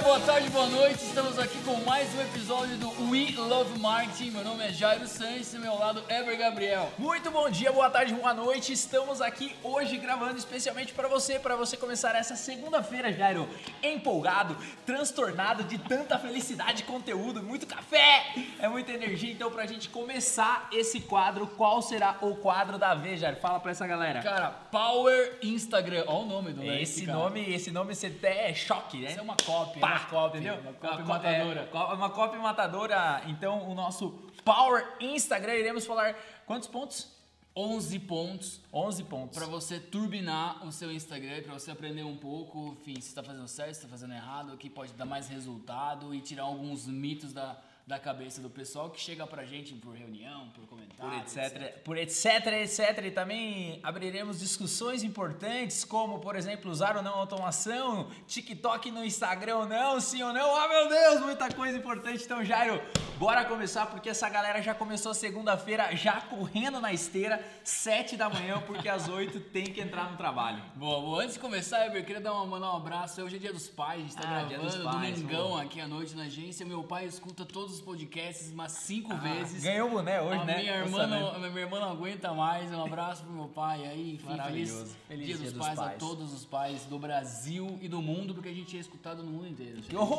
boa tarde, boa noite. Estamos aqui com mais um episódio do We Love Marketing. Meu nome é Jairo Sanches e ao meu lado Eber Gabriel. Muito bom dia, boa tarde, boa noite. Estamos aqui hoje gravando especialmente para você começar essa segunda-feira, Jairo, empolgado, transtornado de tanta felicidade, conteúdo, muito café, é muita energia. Então, pra gente começar esse quadro, qual será o quadro da vez, Jairo? Fala pra essa galera. Cara, Power Instagram. Olha o nome do Esse nome você até é choque, né? Isso é uma cópia, entendeu? Uma cópia matadora. Uma cópia matadora. Então, o nosso Power Instagram, iremos falar quantos pontos? 11 pontos. 11 pontos. Pra você turbinar o seu Instagram, pra você aprender um pouco, enfim, se tá fazendo certo, se tá fazendo errado, o que pode dar mais resultado e tirar alguns mitos da cabeça do pessoal que chega pra gente por reunião, por comentário, por etc. E também abriremos discussões importantes, como, por exemplo, usar ou não automação, TikTok no Instagram ou não, sim ou não. Ah, meu Deus, muita coisa importante. Então, Jairo, bora começar, porque essa galera já começou segunda-feira já correndo na esteira, 7 da manhã, porque às 8 tem que entrar no trabalho. Boa. Antes de começar, eu queria mandar um abraço. Hoje é dia dos pais, a gente tá gravando domingão aqui à noite na agência. Meu pai escuta todos os podcasts umas 5 vezes. Ganhou o boné hoje, né? Minha irmã não aguenta mais. Um abraço pro meu pai aí. Enfim, maravilhoso. Feliz dia dos pais a todos os pais do Brasil e do mundo, porque a gente é escutado no mundo inteiro.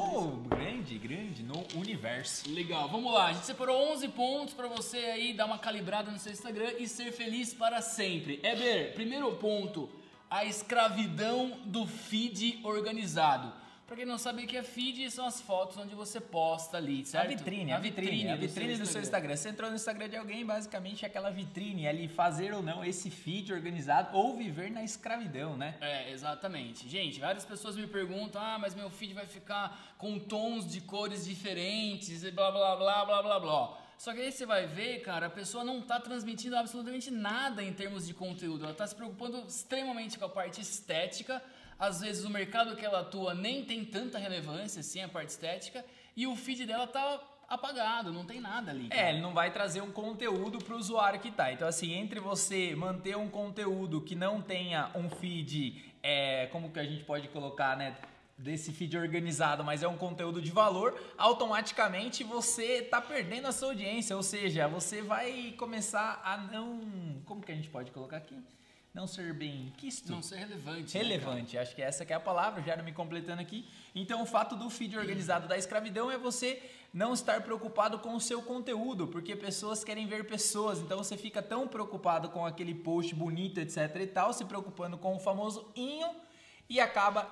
Grande, no universo. Legal, vamos lá. A gente separou 11 pontos pra você aí dar uma calibrada no seu Instagram e ser feliz para sempre. Eber, primeiro ponto, a escravidão do feed organizado. Pra quem não sabe o que é feed, são as fotos onde você posta ali, certo? A vitrine do seu Instagram. Você entrou no Instagram de alguém, basicamente é aquela vitrine ali, fazer ou não esse feed organizado ou viver na escravidão, né? É, exatamente. Gente, várias pessoas me perguntam, mas meu feed vai ficar com tons de cores diferentes e blá blá blá blá blá blá. Só que aí você vai ver, cara, a pessoa não tá transmitindo absolutamente nada em termos de conteúdo. Ela tá se preocupando extremamente com a parte estética. Às vezes o mercado que ela atua nem tem tanta relevância assim, a parte estética, e o feed dela tá apagado, não tem nada ali. Cara. Ele não vai trazer um conteúdo pro usuário que tá. Então assim, entre você manter um conteúdo que não tenha um feed, como que a gente pode colocar, né? Desse feed organizado, mas é um conteúdo de valor, automaticamente você tá perdendo a sua audiência, ou seja, você vai começar a não... Como que a gente pode colocar aqui? Não ser bem quisto. Não ser relevante. Relevante, acho que essa que é a palavra, já não me completando aqui. Então o fato do feed organizado da escravidão é você não estar preocupado com o seu conteúdo, porque pessoas querem ver pessoas, então você fica tão preocupado com aquele post bonito, etc e tal, se preocupando com o famoso inho e acaba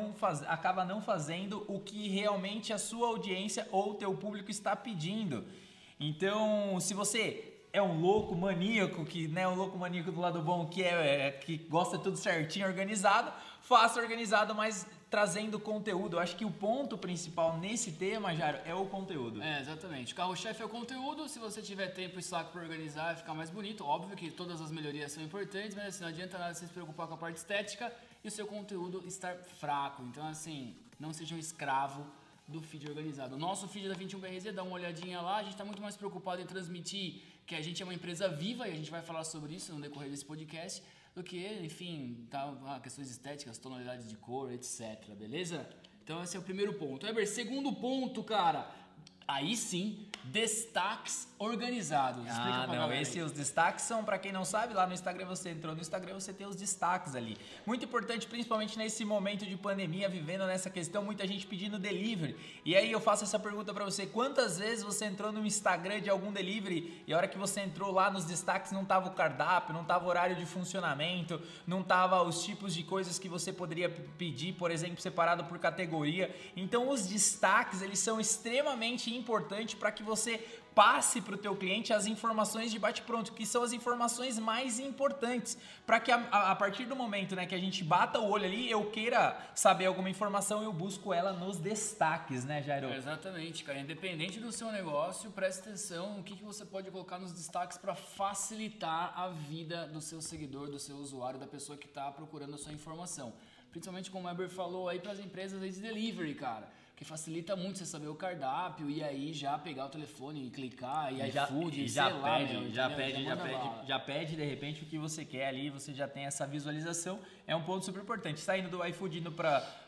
não fazendo o que realmente a sua audiência ou o teu público está pedindo. Então, se você é um louco maníaco, um louco maníaco do lado bom, que gosta de tudo certinho, organizado, faça organizado, mas trazendo conteúdo. Eu acho que o ponto principal nesse tema, Jairo, é o conteúdo. É, exatamente. O carro-chefe é o conteúdo. Se você tiver tempo e saco para organizar, vai ficar mais bonito. Óbvio que todas as melhorias são importantes, mas assim, não adianta nada você se preocupar com a parte estética e o seu conteúdo estar fraco. Então, assim, não seja um escravo do feed organizado. O nosso feed da 21BRZ, dá uma olhadinha lá, a gente está muito mais preocupado em transmitir que a gente é uma empresa viva, e a gente vai falar sobre isso no decorrer desse podcast, do que, enfim, questões estéticas, tonalidades de cor, etc, beleza? Então esse é o primeiro ponto. Eber, segundo ponto, cara, aí sim, destaques organizados. Explica pra galera aí. Os destaques são, pra quem não sabe, lá no Instagram, você entrou no Instagram, você tem os destaques ali. Muito importante, principalmente nesse momento de pandemia, vivendo nessa questão, muita gente pedindo delivery. E aí eu faço essa pergunta pra você, quantas vezes você entrou no Instagram de algum delivery e a hora que você entrou lá nos destaques não tava o cardápio, não tava o horário de funcionamento, não tava os tipos de coisas que você poderia pedir, por exemplo, separado por categoria. Então os destaques, eles são extremamente importantes para que você passe para o teu cliente as informações de bate-pronto, que são as informações mais importantes, para que a partir do momento, né, que a gente bata o olho ali, eu queira saber alguma informação, eu busco ela nos destaques, né, Jairo? Exatamente, cara. Independente do seu negócio, preste atenção no que você pode colocar nos destaques para facilitar a vida do seu seguidor, do seu usuário, da pessoa que está procurando a sua informação. Principalmente como o Eber falou aí para as empresas aí de delivery, cara. Que facilita muito você saber o cardápio e aí já pegar o telefone e clicar e iFood e já pede de repente o que você quer ali, você já tem essa visualização, é um ponto super importante. Saindo do iFood indo para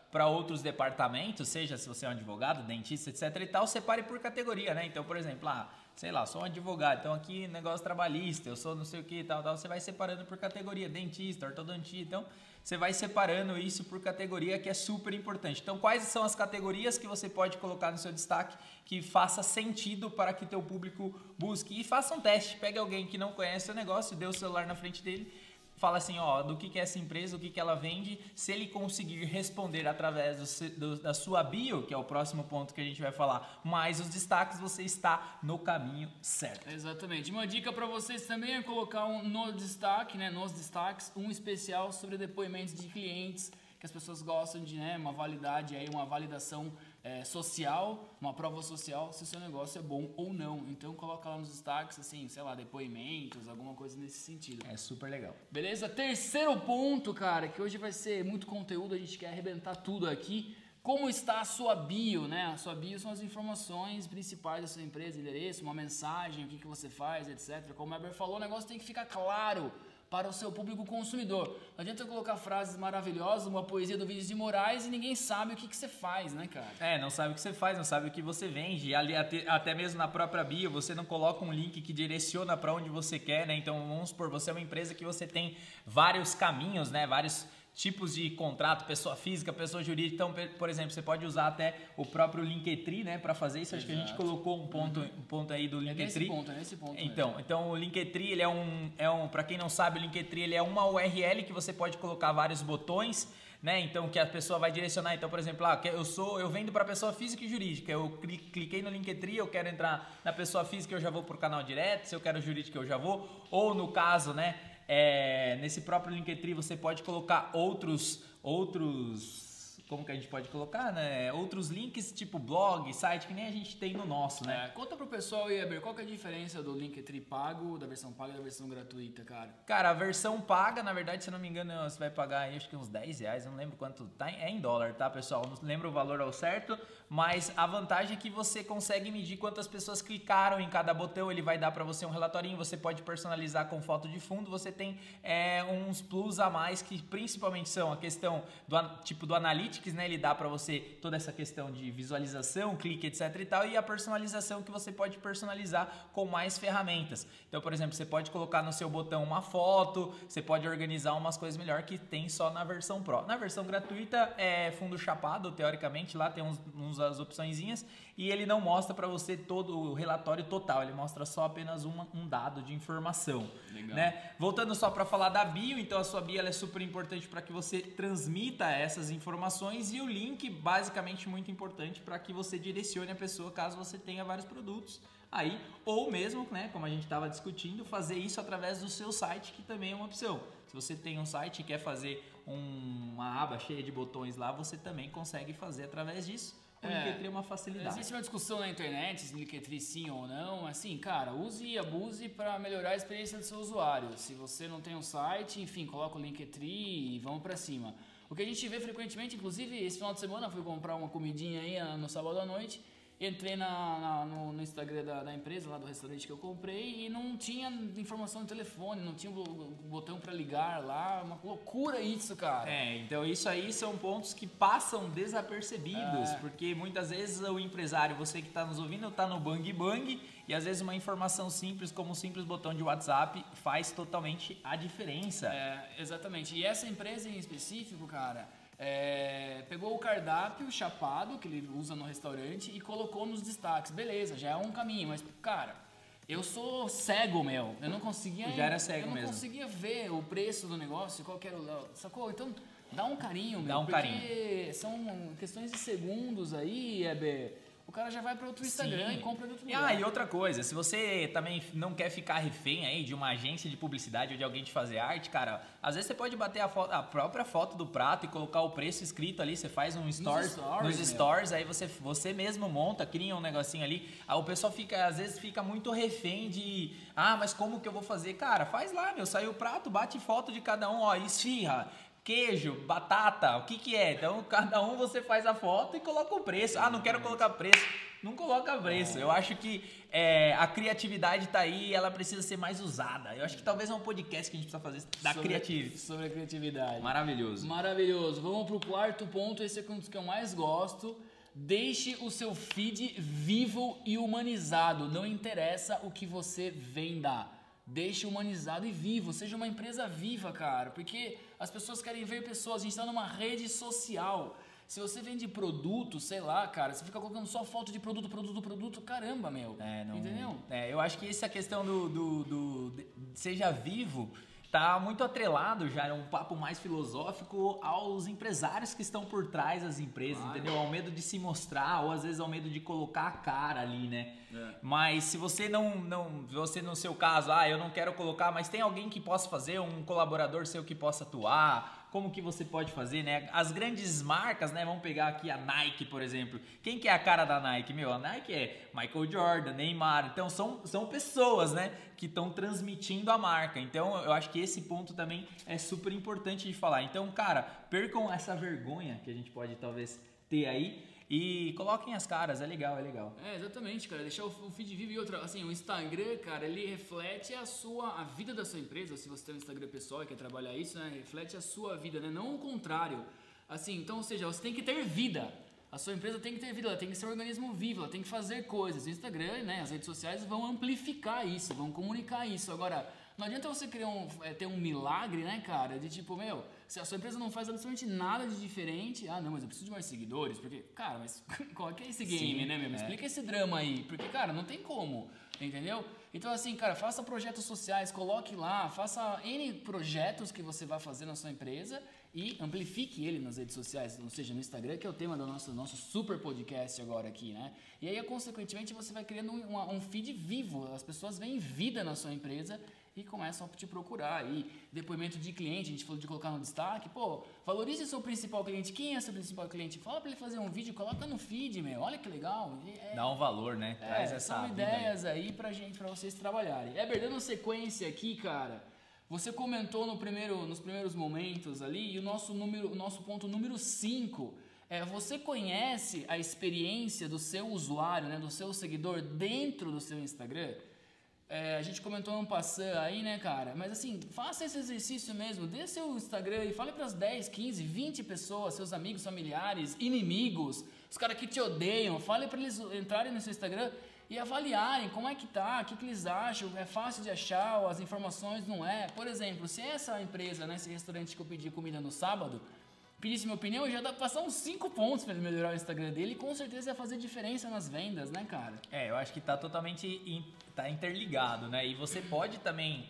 para outros departamentos, seja se você é um advogado, dentista, etc e tal, separe por categoria, né? Então, por exemplo, sei lá, sou um advogado, então aqui negócio trabalhista, eu sou não sei o que, tal, você vai separando por categoria, dentista, ortodontia, então você vai separando isso por categoria, que é super importante. Então, quais são as categorias que você pode colocar no seu destaque que faça sentido para que teu público busque? E faça um teste, pega alguém que não conhece o negócio, dê o celular na frente dele, fala assim, do que é essa empresa, o que ela vende. Se ele conseguir responder através da sua bio, que é o próximo ponto que a gente vai falar, mais os destaques, você está no caminho certo. Exatamente. Uma dica para vocês também é colocar nos destaques, um especial sobre depoimentos de clientes, que as pessoas gostam de, uma validade, uma validação social, uma prova social, se o seu negócio é bom ou não. Então coloca lá nos destaques, assim, sei lá, depoimentos, alguma coisa nesse sentido. É super legal. Beleza? Terceiro ponto, cara, que hoje vai ser muito conteúdo, a gente quer arrebentar tudo aqui. Como está a sua bio, né? A sua bio são as informações principais da sua empresa, endereço, uma mensagem, o que você faz, etc. Como o Eber falou, o negócio tem que ficar claro para o seu público consumidor. Não adianta colocar frases maravilhosas, uma poesia do Vinícius de Moraes e ninguém sabe o que você faz, né, cara? Não sabe o que você faz, não sabe o que você vende. Ali, até mesmo na própria bio, você não coloca um link que direciona para onde você quer, né? Então, vamos supor, você é uma empresa que você tem vários caminhos, né? Vários tipos de contrato, pessoa física, pessoa jurídica. Então, por exemplo, você pode usar até o próprio Linktree, né, para fazer isso. Acho que a gente colocou um ponto aí do Linktree. É nesse ponto. Então o Linktree, ele para quem não sabe, o Linktree, ele é uma URL que você pode colocar vários botões, né? Então que a pessoa vai direcionar. Então, por exemplo, eu vendo para pessoa física e jurídica. Eu cliquei no Linktree, eu quero entrar na pessoa física, eu já vou pro canal direto. Se eu quero jurídica, eu já vou. Ou no caso, né, nesse próprio Linktree você pode colocar outros, como que a gente pode colocar, né? Outros links, tipo blog, site, que nem a gente tem no nosso, né? Conta pro pessoal aí, Eber, qual que é a diferença do Linktree pago, da versão paga e da versão gratuita, cara? Cara, a versão paga, na verdade, se eu não me engano, você vai pagar aí, acho que uns R$10, eu não lembro quanto, é em dólar, tá, pessoal? Não lembro o valor ao certo, mas a vantagem é que você consegue medir quantas pessoas clicaram em cada botão, ele vai dar pra você um relatorinho, você pode personalizar com foto de fundo, você tem uns plus a mais que principalmente são a questão do Analytics, né? Ele dá para você toda essa questão de visualização, clique, etc e tal, e a personalização que você pode personalizar com mais ferramentas. Então, por exemplo, você pode colocar no seu botão uma foto, você pode organizar umas coisas melhor que tem só na versão Pro. Na versão gratuita é fundo chapado, teoricamente, lá tem as opçõezinhas, e ele não mostra para você todo o relatório total, ele mostra só apenas um dado de informação. Legal. Né? Voltando só para falar da bio, então a sua bio ela é super importante para que você transmita essas informações, e o link basicamente muito importante para que você direcione a pessoa caso você tenha vários produtos aí, ou mesmo, né, como a gente estava discutindo, fazer isso através do seu site, que também é uma opção. Se você tem um site e quer fazer uma aba cheia de botões lá, você também consegue fazer através disso. O Linktree é uma facilidade. Existe uma discussão na internet se Linktree sim ou não. Assim, cara, use e abuse para melhorar a experiência do seu usuário. Se você não tem um site, enfim, coloca o Linktree e vamos para cima. O que a gente vê frequentemente, inclusive esse final de semana, fui comprar uma comidinha aí no sábado à noite, entrei no Instagram da empresa, lá do restaurante que eu comprei, e não tinha informação no telefone, não tinha o botão para ligar lá, uma loucura isso, cara. Então isso aí são pontos que passam desapercebidos, porque muitas vezes o empresário, você que está nos ouvindo, está no bang, e às vezes uma informação simples, como um simples botão de WhatsApp, faz totalmente a diferença. Exatamente. E essa empresa em específico, cara, pegou o cardápio chapado que ele usa no restaurante e colocou nos destaques. Beleza, já é um caminho, mas, cara, eu sou cego, meu. Eu não conseguia... Já era cego mesmo. Eu não conseguia ver o preço do negócio, qual que era o... Sacou? Então, dá um carinho, meu. Dá um carinho. Porque são questões de segundos aí, o cara já vai para outro Instagram e compra de outro lugar. E outra coisa, se você também não quer ficar refém aí de uma agência de publicidade ou de alguém te fazer arte, cara, às vezes você pode bater a própria foto do prato e colocar o preço escrito ali, você faz um stories nos stories, aí você mesmo monta, cria um negocinho ali, aí o pessoal às vezes fica muito refém de, mas como que eu vou fazer? Cara, faz lá, saiu o prato, bate foto de cada um, esfirra. queijo, batata, o que é? Então, cada um você faz a foto e coloca o preço. Ah, não quero colocar preço. Não coloca preço. Eu acho que a criatividade tá aí, ela precisa ser mais usada. Eu acho que talvez é um podcast que a gente precisa fazer sobre a criatividade. Maravilhoso. Maravilhoso. Vamos pro quarto ponto, esse é um dos que eu mais gosto. Deixe o seu feed vivo e humanizado. Não interessa o que você venda. Deixe humanizado e vivo. Seja uma empresa viva, cara. Porque as pessoas querem ver pessoas. A gente está numa rede social. Se você vende produto, sei lá, cara, você fica colocando só foto de produto, caramba, meu. Entendeu? Eu acho que essa questão do seja vivo tá muito atrelado já, é um papo mais filosófico aos empresários que estão por trás das empresas, entendeu? Ao medo de se mostrar ou às vezes ao medo de colocar a cara ali, né? Mas se você você no seu caso, eu não quero colocar, mas tem alguém que possa fazer, um colaborador seu que possa atuar, como que você pode fazer, né? As grandes marcas, né? Vamos pegar aqui a Nike, por exemplo. Quem que é a cara da Nike? A Nike é Michael Jordan, Neymar. Então, são pessoas, né? Que estão transmitindo a marca. Então, eu acho que esse ponto também é super importante de falar. Então, cara, percam essa vergonha que a gente pode talvez ter aí e coloquem as caras, é legal. Exatamente, cara, deixar o feed vivo e outra, assim, o Instagram, cara, ele reflete a vida da sua empresa, se você tem um Instagram pessoal e quer trabalhar isso, né, reflete a sua vida, né, não o contrário, assim, então, ou seja, você tem que ter vida, a sua empresa tem que ter vida, ela tem que ser um organismo vivo, ela tem que fazer coisas, o Instagram, né, as redes sociais vão amplificar isso, vão comunicar isso, agora, não adianta você ter um milagre, né, cara, de tipo, se a sua empresa não faz absolutamente nada de diferente, não, mas eu preciso de mais seguidores, porque, cara, mas qual que é esse game, né, meu? Me explica esse drama aí, porque, cara, não tem como, entendeu? Então, assim, cara, faça projetos sociais, coloque lá, faça N projetos que você vai fazer na sua empresa e amplifique ele nas redes sociais, ou seja, no Instagram, que é o tema do nosso super podcast agora aqui, né? E aí, consequentemente, você vai criando um feed vivo, as pessoas veem vida na sua empresa e começam a te procurar. E depoimento de cliente, a gente falou de colocar no destaque, valorize seu principal cliente. Quem é seu principal cliente? Fala pra ele fazer um vídeo, coloca no feed, olha que legal. Dá um valor, né? Traz essa são ideias aí pra vocês trabalharem. Dando sequência aqui, cara, você comentou nos primeiros momentos ali, e o nosso ponto número 5 você conhece a experiência do seu usuário, né, do seu seguidor dentro do seu Instagram? A gente comentou no passando aí, né, cara? Mas assim, faça esse exercício mesmo. Dê seu Instagram e fale para as 10, 15, 20 pessoas, seus amigos, familiares, inimigos, os caras que te odeiam. Fale para eles entrarem no seu Instagram e avaliarem como é que tá, o que eles acham. É fácil de achar, as informações não é. Por exemplo, se essa empresa, né, esse restaurante que eu pedi comida no sábado, pedisse minha opinião, já dá pra passar uns 5 pontos pra ele melhorar o Instagram dele e com certeza ia fazer diferença nas vendas, né, cara? Eu acho que tá totalmente interligado, né? E você pode também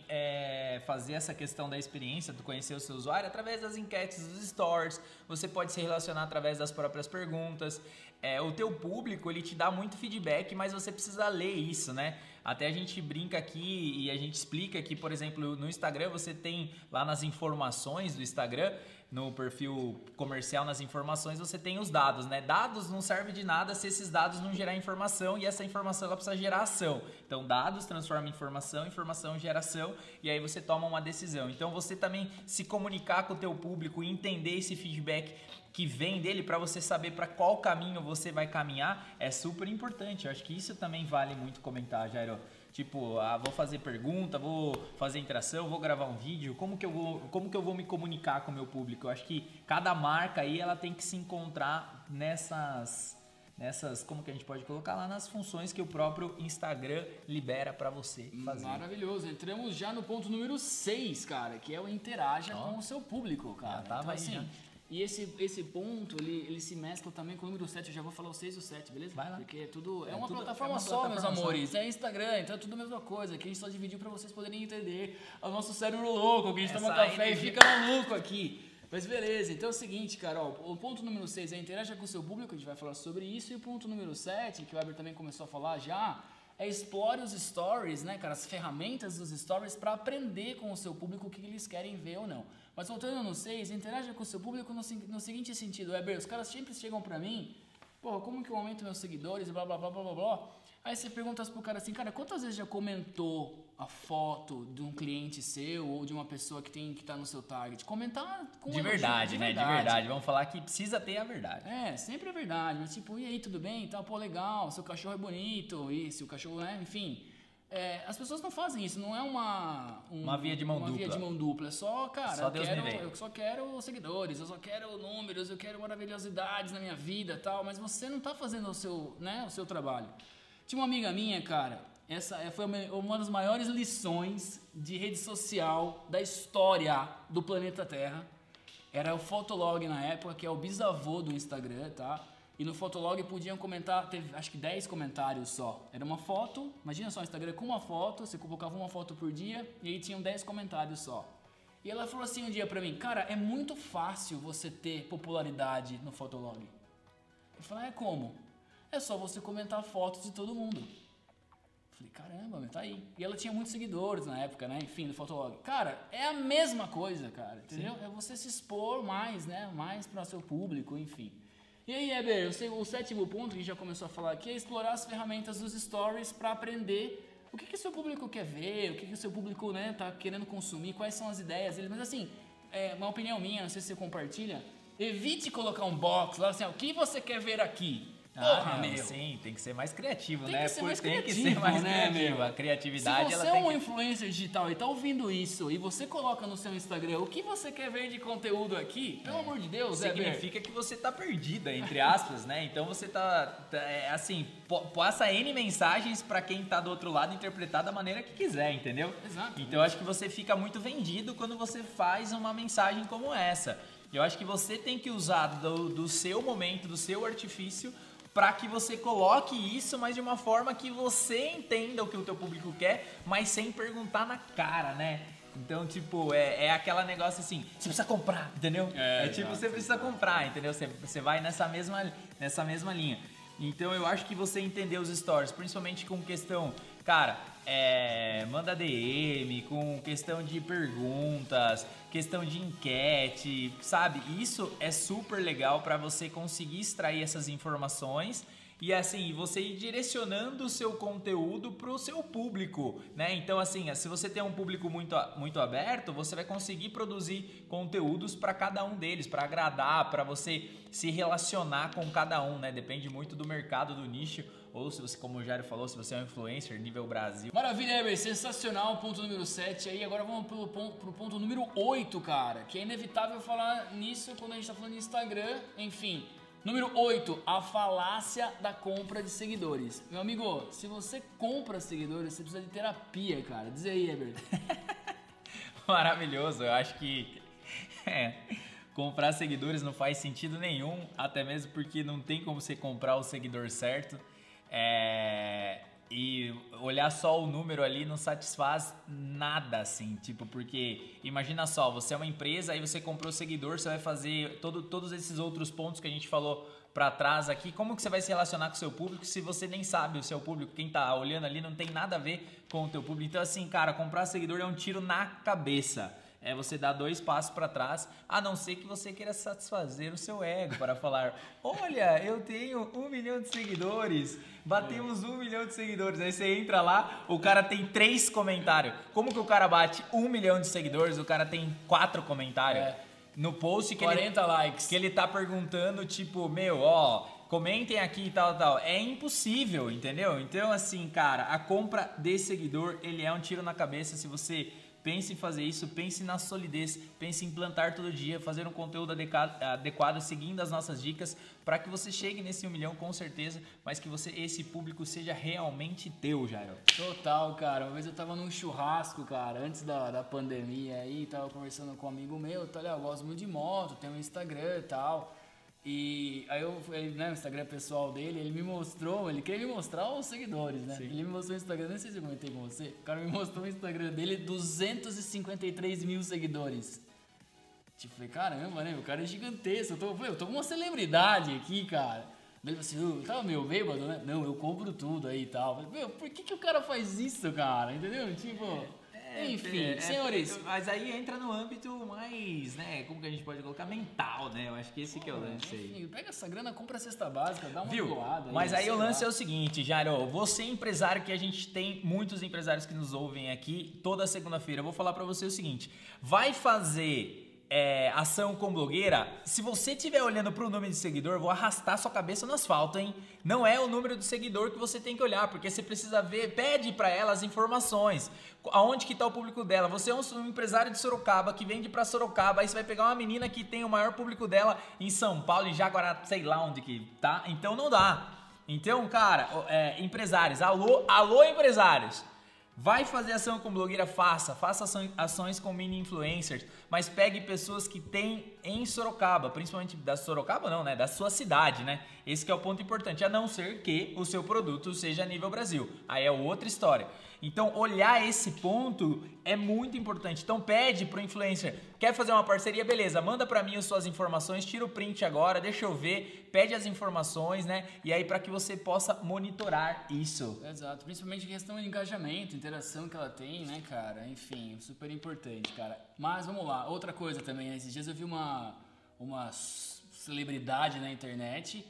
fazer essa questão da experiência, do conhecer o seu usuário através das enquetes, dos stories, você pode se relacionar através das próprias perguntas. O teu público, ele te dá muito feedback, mas você precisa ler isso, né? Até a gente brinca aqui e a gente explica que, por exemplo, no Instagram você tem lá nas informações do Instagram, no perfil comercial, nas informações, você tem os dados, né? Dados não servem de nada se esses dados não gerar informação e essa informação ela precisa gerar ação. Então, dados transforma em informação, informação gera ação e aí você toma uma decisão. Então, você também se comunicar com o teu público e entender esse feedback que vem dele para você saber para qual caminho você vai caminhar é super importante. Eu acho que isso também vale muito comentar, Jairo. Tipo, vou fazer pergunta, vou fazer interação, vou gravar um vídeo, como que eu vou me comunicar com o meu público? Eu acho que cada marca aí ela tem que se encontrar nessas, como que a gente pode colocar lá, nas funções que o próprio Instagram libera para você fazer. Maravilhoso, entramos já no ponto número 6, cara, que é o interaja com o seu público, cara. Já tava então, aí, assim, já. E esse ponto, ele se mescla também com o número 7, eu já vou falar o 6 e o 7, beleza? Vai lá. Porque é uma plataforma só, meus amores. É Instagram, então é tudo a mesma coisa. Que a gente só dividiu pra vocês poderem entender o nosso cérebro louco, que a gente toma café e fica maluco aqui. Mas beleza, então é o seguinte, cara, o ponto número 6 é interaja com o seu público, a gente vai falar sobre isso. E o ponto número 7, que o Weber também começou a falar já, explore os stories, né, cara, as ferramentas dos stories para aprender com o seu público o que eles querem ver ou não. Mas voltando no 6, interaja com o seu público no seguinte sentido, Weber, os caras sempre chegam pra mim, como que eu aumento meus seguidores, blá, blá, blá, blá, blá, blá. Aí você pergunta pro cara assim, cara, quantas vezes já comentou a foto de um cliente seu ou de uma pessoa que tá no seu target? Comentar com de verdade, né? De verdade. Vamos falar que precisa ter a verdade. Sempre é verdade. Mas tipo, e aí, tudo bem? Tá, pô, legal, seu cachorro é bonito, e se o cachorro, né? Enfim. As pessoas não fazem isso, não é uma via de mão dupla. Uma via de mão dupla, é só, cara, só eu só quero seguidores, eu só quero números, eu quero maravilhosidades na minha vida e tal, mas você não tá fazendo o seu trabalho. Tinha uma amiga minha, cara, essa foi uma das maiores lições de rede social da história do planeta Terra. Era o Fotolog na época, que é o bisavô do Instagram, tá? E no Fotolog podiam comentar, teve acho que 10 comentários só. Era uma foto, imagina só o Instagram com uma foto, você colocava uma foto por dia e aí tinham 10 comentários só. E ela falou assim um dia pra mim, cara, é muito fácil você ter popularidade no Fotolog. Eu falei, como? É só você comentar fotos de todo mundo. Eu falei, caramba, meu, tá aí. E ela tinha muitos seguidores na época, né? Enfim, no Fotolog. Cara, é a mesma coisa, cara, entendeu? Sim. É você se expor mais, né? Mais para o seu público, enfim. E aí, Heber, o sétimo ponto que a gente já começou a falar aqui é explorar as ferramentas dos stories para aprender o que o seu público quer ver, o que o seu público, né, tá querendo consumir, quais são as ideias deles. Mas assim, uma opinião minha, não sei se você compartilha, evite colocar um box lá assim, o que você quer ver aqui? Porra, meu. Sim, tem que ser mais criativo, né? Tem que ser mais criativo, né, criativo. A criatividade, se você é um influencer digital e tá ouvindo isso e você coloca no seu Instagram o que você quer ver de conteúdo aqui, pelo amor de Deus, significa que você tá perdida, entre aspas, né? Então você tá assim, passa N mensagens pra quem tá do outro lado interpretar da maneira que quiser, entendeu? Exato. Então eu acho que você fica muito vendido quando você faz uma mensagem como essa. Eu acho que você tem que usar do seu momento, do seu artifício, para que você coloque isso, mas de uma forma que você entenda o que o teu público quer, mas sem perguntar na cara, né? Então, tipo, é aquela negócio assim, você precisa comprar, entendeu? Tipo, você precisa comprar, entendeu? Você vai nessa mesma linha. Então, eu acho que você entender os stories, principalmente com questão, cara, manda DM, com questão de perguntas, questão de enquete, sabe? Isso é super legal para você conseguir extrair essas informações e assim, você ir direcionando o seu conteúdo pro seu público, né? Então assim, se você tem um público muito aberto, você vai conseguir produzir conteúdos para cada um deles, para agradar, para você se relacionar com cada um, né? Depende muito do mercado, do nicho, ou se você, como o Jairo falou, se você é um influencer nível Brasil. Maravilha, Heber, sensacional, ponto número 7 aí. Agora vamos pro ponto número 8, cara, que é inevitável falar nisso quando a gente tá falando de Instagram, enfim. Número 8, a falácia da compra de seguidores. Meu amigo, se você compra seguidores, você precisa de terapia, cara. Diz aí, Heber. Maravilhoso, eu acho que comprar seguidores não faz sentido nenhum, até mesmo porque não tem como você comprar o seguidor certo. E olhar só o número ali não satisfaz nada, assim, tipo, porque imagina só, você é uma empresa, aí você comprou seguidor, você vai fazer todos esses outros pontos que a gente falou pra trás aqui, como que você vai se relacionar com o seu público se você nem sabe o seu público, quem tá olhando ali não tem nada a ver com o teu público. Então assim, cara, comprar seguidor é um tiro na cabeça. É você dar 2 passos para trás, a não ser que você queira satisfazer o seu ego para falar, olha, eu tenho 1 milhão de seguidores, batemos 1 milhão de seguidores. Aí você entra lá, o cara tem 3 comentários. Como que o cara bate 1 milhão de seguidores, o cara tem 4 comentários? No post que 40 likes. Que ele tá perguntando, tipo, comentem aqui e tal. É impossível, entendeu? Então, assim, cara, a compra de seguidor, ele é um tiro na cabeça. Se você pense em fazer isso, pense na solidez, pense em implantar todo dia, fazer um conteúdo adequado, seguindo as nossas dicas, para que você chegue nesse 1 milhão com certeza, mas que esse público seja realmente teu, Jairo. Total, cara. Uma vez eu tava num churrasco, cara, antes da pandemia aí, tava conversando com um amigo meu, eu gosto muito de moto, tenho um Instagram e tal. E aí o Instagram pessoal dele, ele me mostrou, ele queria me mostrar os seguidores, né? Sim. Ele me mostrou o Instagram, não sei se eu comentei com você, o cara me mostrou o Instagram dele, 253 mil seguidores. Tipo, falei, caramba, né? O cara é gigantesco, eu tô com uma celebridade aqui, cara. Ele falou assim, tava meio bêbado, né? Não, eu compro tudo aí e tal. Falei, meu, por que o cara faz isso, cara? Entendeu? Tipo... Enfim, senhores. Mas aí entra no âmbito mais, né? Como que a gente pode colocar? Mental, né? Eu acho que esse que é o lance aí. Enfim, pega essa grana, compra a cesta básica, dá uma Viu? doada. Mas aí o lance é o seguinte, Jairo, você empresário, que a gente tem muitos empresários que nos ouvem aqui toda segunda-feira, eu vou falar pra você o seguinte, vai fazer ação com blogueira, se você estiver olhando pro número de seguidor, eu vou arrastar sua cabeça no asfalto, hein? Não é o número de seguidor que você tem que olhar, porque você precisa ver, pede pra ela as informações, aonde que tá o público dela. Você é um empresário de Sorocaba que vende pra Sorocaba, aí você vai pegar uma menina que tem o maior público dela em São Paulo, em Jaguará, sei lá onde que tá, então não dá. Então, cara, empresários, alô empresários, vai fazer ação com blogueira, faça ações com mini influencers, mas pegue pessoas que tem em Sorocaba, principalmente da Sorocaba não, né, da sua cidade, né, esse que é o ponto importante, a não ser que o seu produto seja a nível Brasil, aí é outra história. Então olhar esse ponto é muito importante, então pede pro influencer, quer fazer uma parceria, beleza, manda pra mim as suas informações, tira o print agora, deixa eu ver, pede as informações, né, e aí pra que você possa monitorar isso. Exato, principalmente questão de engajamento, interação que ela tem, né, cara, enfim, super importante, cara. Mas vamos lá, outra coisa também, né? Esses dias eu vi uma celebridade na internet,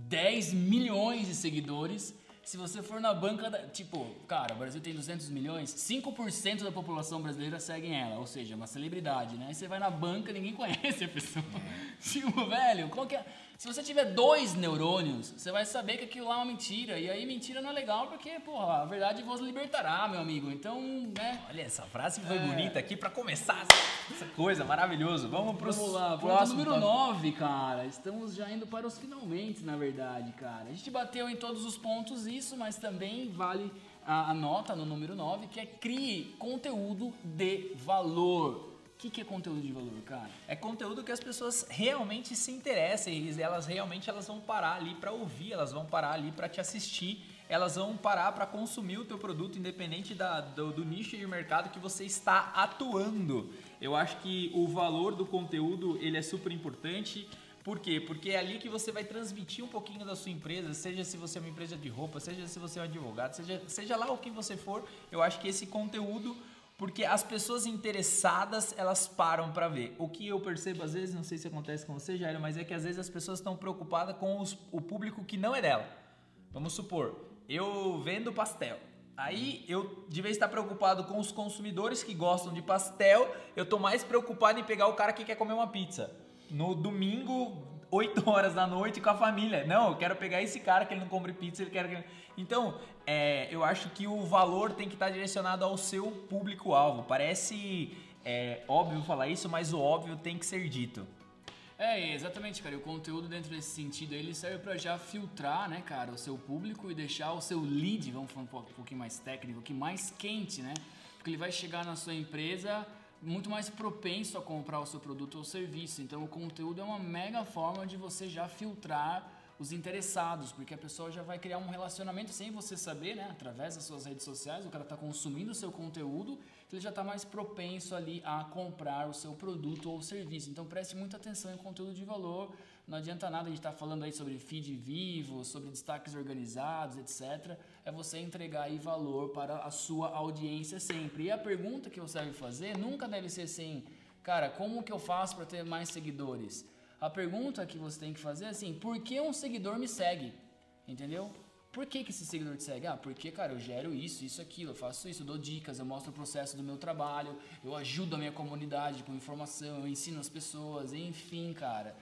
10 milhões de seguidores. Se você for na banca, tipo, cara, o Brasil tem 200 milhões, 5% da população brasileira seguem ela, ou seja, uma celebridade, né? Aí você vai na banca, ninguém conhece a pessoa. Tipo, velho, qual que é... Se você tiver 2 neurônios, você vai saber que aquilo lá é uma mentira. E aí mentira não é legal porque, porra, a verdade vos libertará, meu amigo. Então, né? Olha, essa frase foi bonita aqui pra começar essa coisa, maravilhoso. Vamos lá, próximo. Número 9, cara. Estamos já indo para os finalmente, na verdade, cara. A gente bateu em todos os pontos isso, mas também vale a nota no número 9, que é crie conteúdo de valor. O que é conteúdo de valor, cara? É conteúdo que as pessoas realmente se interessem, e elas vão parar ali para ouvir, elas vão parar ali para te assistir, elas vão parar para consumir o teu produto, independente do nicho de mercado que você está atuando. Eu acho que o valor do conteúdo, ele é super importante. Por quê? Porque é ali que você vai transmitir um pouquinho da sua empresa, seja se você é uma empresa de roupa, seja se você é um advogado, seja lá o que você for, eu acho que esse conteúdo... Porque as pessoas interessadas, elas param para ver. O que eu percebo às vezes, não sei se acontece com você, Jairo, mas é que às vezes as pessoas estão preocupadas com o público que não é dela. Vamos supor, eu vendo pastel. Aí eu, de vez de estar preocupado com os consumidores que gostam de pastel, eu tô mais preocupado em pegar o cara que quer comer uma pizza. No domingo, 8 horas da noite com a família. Não, eu quero pegar esse cara que ele não compra pizza, ele quer... Então, eu acho que o valor tem que estar direcionado ao seu público-alvo. Parece óbvio falar isso, mas o óbvio tem que ser dito. Exatamente, cara. E o conteúdo dentro desse sentido ele serve para já filtrar, né, cara, o seu público e deixar o seu lead, vamos falar um pouquinho mais técnico, aqui mais quente, né? Porque ele vai chegar na sua empresa muito mais propenso a comprar o seu produto ou serviço. Então, o conteúdo é uma mega forma de você já filtrar os interessados, porque a pessoa já vai criar um relacionamento sem você saber, né? Através das suas redes sociais, o cara está consumindo o seu conteúdo, ele já está mais propenso ali a comprar o seu produto ou serviço. Então preste muita atenção em conteúdo de valor. Não adianta nada a gente estar falando aí sobre feed vivo, sobre destaques organizados, etc. É você entregar aí valor para a sua audiência sempre. E a pergunta que você deve fazer nunca deve ser assim, cara, como que eu faço para ter mais seguidores? A pergunta que você tem que fazer é assim, por que um seguidor me segue? Entendeu? Por que esse seguidor te segue? Porque, cara, eu gero isso, aquilo, eu faço isso, eu dou dicas, eu mostro o processo do meu trabalho, eu ajudo a minha comunidade com informação, eu ensino as pessoas, enfim, cara,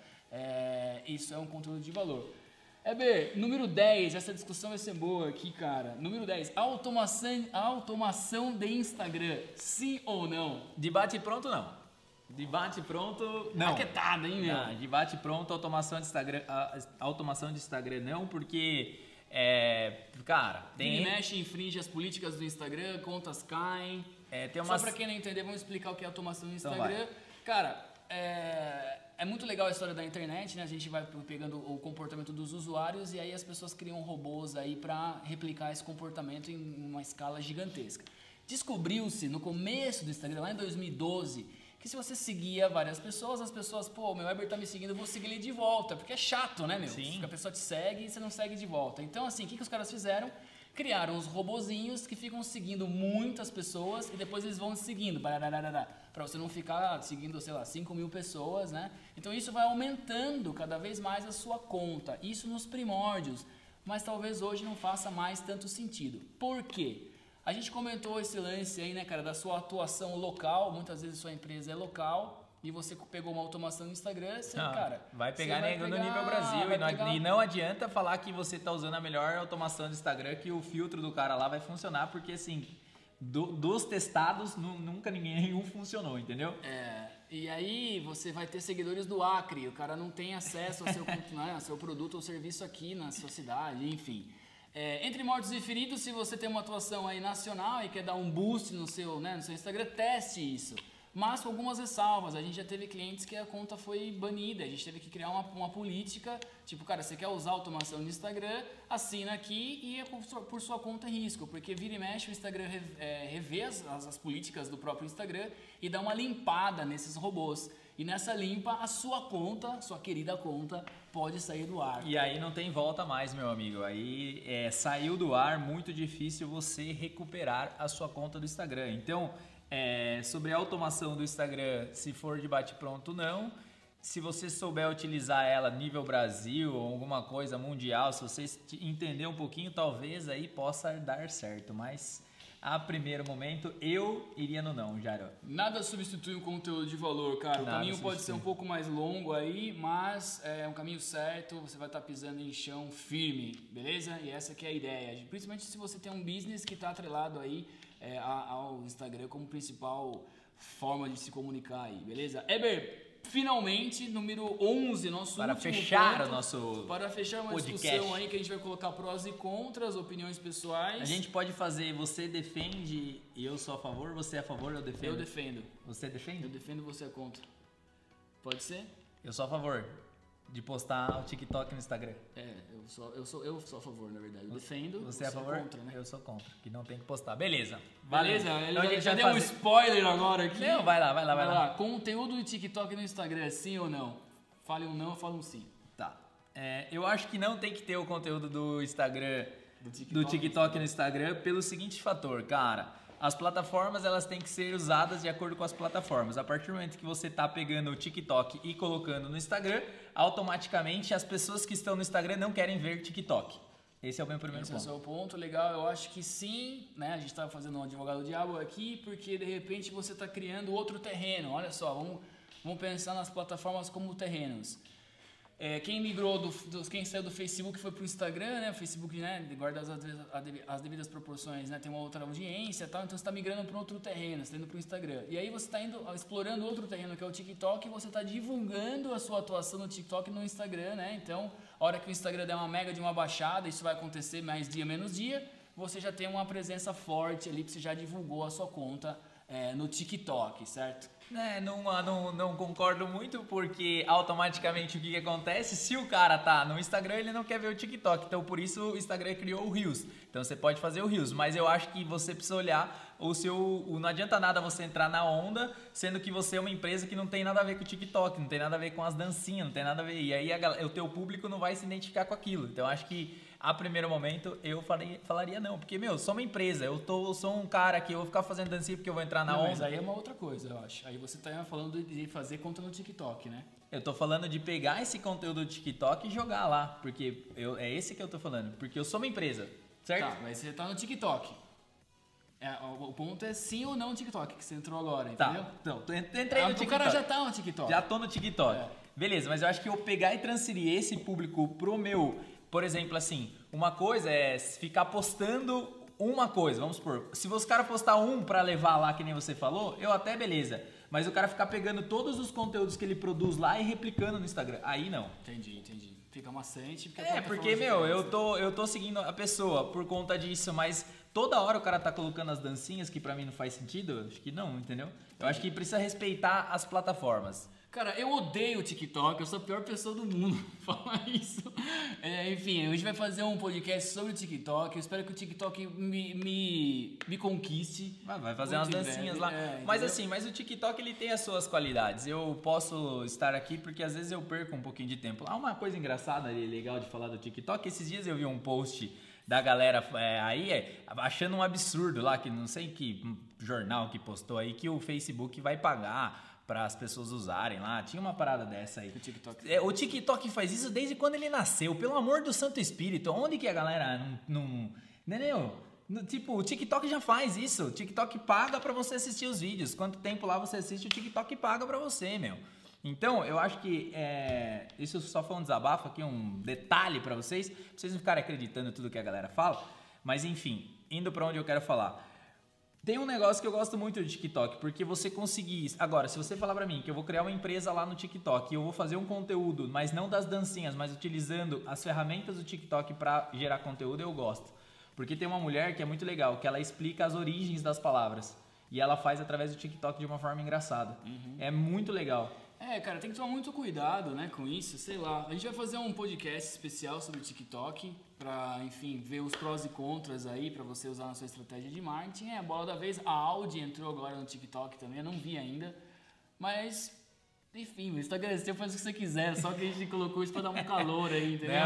isso é um conteúdo de valor. Número 10, essa discussão vai ser boa aqui, cara. Número 10, automação de Instagram, sim ou não? Debate pronto, não. Debate pronto, não. Maquetada, hein, meu? Não, debate pronto, automação de Instagram não, porque, cara, tem... mexe, infringe as políticas do Instagram, contas caem. Só pra quem não entender, vamos explicar o que é automação do Instagram. Então cara, é muito legal a história da internet, né? A gente vai pegando o comportamento dos usuários e aí as pessoas criam robôs aí pra replicar esse comportamento em uma escala gigantesca. Descobriu-se no começo do Instagram, lá em 2012, que se você seguia várias pessoas, as pessoas, pô, meu Weber tá me seguindo, eu vou seguir ele de volta, porque é chato, né, meu? Sim. A pessoa te segue e você não segue de volta. Então, assim, o que os caras fizeram? Criaram os robozinhos que ficam seguindo muitas pessoas e depois eles vão seguindo, para você não ficar seguindo, sei lá, 5 mil pessoas, né? Então isso vai aumentando cada vez mais a sua conta, isso nos primórdios, mas talvez hoje não faça mais tanto sentido. Por quê? A gente comentou esse lance aí, né, cara, da sua atuação local, muitas vezes sua empresa é local, e você pegou uma automação no Instagram, você, cara... Vai pegar no nível Brasil e não adianta falar que você tá usando a melhor automação do Instagram, que o filtro do cara lá vai funcionar, porque assim, dos testados, nunca nenhum funcionou, entendeu? E aí você vai ter seguidores do Acre, o cara não tem acesso ao seu, né, ao seu produto ou serviço aqui na sua cidade, enfim... entre mortos e feridos, se você tem uma atuação aí nacional e quer dar um boost no seu Instagram, teste isso. Mas com algumas ressalvas, a gente já teve clientes que a conta foi banida, a gente teve que criar uma política, tipo, cara, você quer usar automação no Instagram, assina aqui e é por sua conta em risco, porque vira e mexe o Instagram revê as políticas do próprio Instagram e dá uma limpada nesses robôs. E nessa limpa, a sua conta, sua querida conta, pode sair do ar. E aí não tem volta mais, meu amigo. Aí saiu do ar, muito difícil você recuperar a sua conta do Instagram. Então, sobre a automação do Instagram, se for de bate-pronto, não. Se você souber utilizar ela nível Brasil ou alguma coisa mundial, se você entender um pouquinho, talvez aí possa dar certo. Mas... a primeiro momento, eu iria no não, Jairo. Nada substitui um conteúdo de valor, cara. O caminho pode ser um pouco mais longo aí, mas é um caminho certo, você vai estar pisando em chão firme, beleza? E essa que é a ideia. Principalmente se você tem um business que está atrelado aí ao Instagram como principal forma de se comunicar aí, beleza? Eber, finalmente, número 11, nosso para último fechar ponto, o nosso para fechar uma podcast. Discussão aí que a gente vai colocar prós e contras, opiniões pessoais. A gente pode fazer você defende e eu sou a favor, você é a favor, eu defendo. Eu defendo. Você defende? Eu defendo, você é contra. Pode ser? Eu sou a favor de postar o TikTok no Instagram. Eu sou a favor, na verdade. Eu defendo, você é a favor? É contra, né? Eu sou contra, que não tem que postar. Beleza. Beleza, então ele já deu um spoiler agora aqui. Não, vai lá. Conteúdo de TikTok no Instagram, sim ou não? Fale um não, fale um sim. Tá. Eu acho que não tem que ter o conteúdo do Instagram, do TikTok no Instagram, pelo seguinte fator, cara. As plataformas, elas têm que ser usadas de acordo com as plataformas. A partir do momento que você tá pegando o TikTok e colocando no Instagram, automaticamente as pessoas que estão no Instagram não querem ver TikTok. Esse é o meu primeiro ponto. Esse é o ponto, legal. Eu acho que sim, né? A gente tá fazendo um advogado do diabo aqui, porque de repente você tá criando outro terreno. Olha só, vamos pensar nas plataformas como terrenos. Quem migrou quem saiu do Facebook foi pro Instagram, né? O Facebook, né, guarda as devidas proporções, né? Tem uma outra audiência e tal, então você está migrando para outro terreno, você está indo pro Instagram. E aí você está explorando outro terreno que é o TikTok e você está divulgando a sua atuação no TikTok e no Instagram, né? Então, a hora que o Instagram der uma mega de uma baixada, isso vai acontecer mais dia, menos dia, você já tem uma presença forte ali, porque você já divulgou a sua conta no TikTok, certo? Não concordo muito, porque automaticamente o que acontece? Se o cara tá no Instagram, ele não quer ver o TikTok. Então, por isso, o Instagram criou o Reels. Então, você pode fazer o Reels. Mas eu acho que você precisa olhar não adianta nada você entrar na onda, sendo que você é uma empresa que não tem nada a ver com o TikTok, não tem nada a ver com as dancinhas, não tem nada a ver. E aí, o teu público não vai se identificar com aquilo. Então, eu acho que a primeiro momento eu falaria não, porque, sou uma empresa, sou um cara que eu vou ficar fazendo dancinha porque eu vou entrar na onda. Mas aí é uma outra coisa, eu acho. Aí você tá falando de fazer conta no TikTok, né? Eu tô falando de pegar esse conteúdo do TikTok e jogar lá, porque é esse que eu tô falando, porque eu sou uma empresa, certo? Tá, mas você tá no TikTok. O ponto é sim ou não no TikTok, que você entrou agora, Tá, entendeu? então, entrei no TikTok. O cara já tá no TikTok. Já tô no TikTok. Beleza, mas eu acho que eu pegar e transferir esse público pro meu... Por exemplo, assim, uma coisa é ficar postando uma coisa, vamos supor. Se os cara postar pra levar lá, que nem você falou, eu até beleza. Mas o cara ficar pegando todos os conteúdos que ele produz lá e replicando no Instagram, aí não. Entendi. Fica maçante. Porque eu tô seguindo a pessoa por conta disso, mas toda hora o cara tá colocando as dancinhas que pra mim não faz sentido, acho que não, entendeu? Eu acho que precisa respeitar as plataformas. Cara, eu odeio o TikTok, eu sou a pior pessoa do mundo falar isso. Enfim, a gente vai fazer um podcast sobre o TikTok, eu espero que o TikTok me conquiste. Vai fazer umas dancinhas lá. Mas mas o TikTok ele tem as suas qualidades. Eu posso estar aqui porque às vezes eu perco um pouquinho de tempo. Há uma coisa engraçada e legal de falar do TikTok. Esses dias eu vi um post da galera aí achando um absurdo lá, que não sei que jornal que postou aí, que o Facebook vai pagar para as pessoas usarem lá. Tinha uma parada dessa aí. O TikTok faz isso desde quando ele nasceu, pelo amor do Santo Espírito. Onde que a galera não entendeu? Tipo, o TikTok já faz isso. O TikTok paga pra você assistir os vídeos. Quanto tempo lá você assiste, o TikTok paga pra você, meu. Então, eu acho que isso só foi um desabafo aqui, um detalhe pra vocês não ficarem acreditando em tudo que a galera fala. Mas, enfim, indo pra onde eu quero falar. Tem um negócio que eu gosto muito do TikTok, porque você conseguir... Agora, se você falar pra mim que eu vou criar uma empresa lá no TikTok e eu vou fazer um conteúdo, mas não das dancinhas, mas utilizando as ferramentas do TikTok pra gerar conteúdo, eu gosto. Porque tem uma mulher que é muito legal, que ela explica as origens das palavras. E ela faz através do TikTok de uma forma engraçada. É muito legal. Cara, tem que tomar muito cuidado, né, com isso, sei lá. A gente vai fazer um podcast especial sobre o TikTok pra, enfim, ver os prós e contras aí pra você usar na sua estratégia de marketing. A bola da vez, a Audi entrou agora no TikTok também, eu não vi ainda. Mas, enfim, o Instagram é seu, faz o que você quiser, só que a gente colocou isso pra dar um calor aí, entendeu?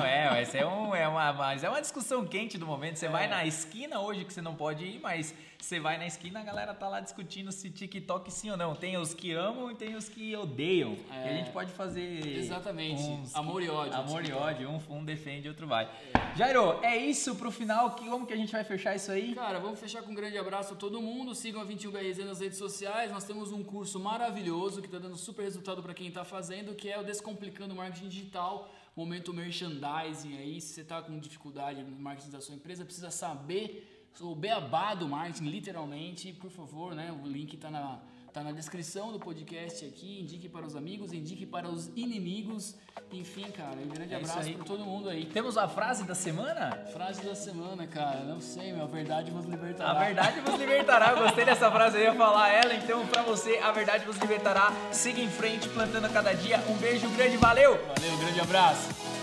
Não, mas é uma discussão quente do momento. Você vai na esquina hoje que você não pode ir, mas você vai na esquina, a galera tá lá discutindo se TikTok sim ou não. Tem os que amam e tem os que odeiam. E a gente pode fazer... Exatamente, amor e ódio. Amor e ódio, um defende, outro vai. Jairo, é isso pro final, como que a gente vai fechar isso aí? Cara, vamos fechar com um grande abraço a todo mundo, sigam a 21BRZ nas redes sociais, nós temos um curso maravilhoso que tá dando super resultado para quem tá fazendo, que é o Descomplicando Marketing Digital, momento merchandising aí. Se você tá com dificuldade no marketing da sua empresa, precisa saber o beabá do marketing, literalmente, por favor, né? O link tá na descrição do podcast aqui, indique para os amigos, indique para os inimigos, enfim, cara, um grande abraço para todo mundo aí. Temos a frase da semana? Frase da semana, cara, não sei, a verdade vos libertará. A verdade vos libertará, eu gostei dessa frase, eu ia falar ela, então pra você, a verdade vos libertará, siga em frente, plantando a cada dia, um beijo grande, valeu! Valeu, um grande abraço!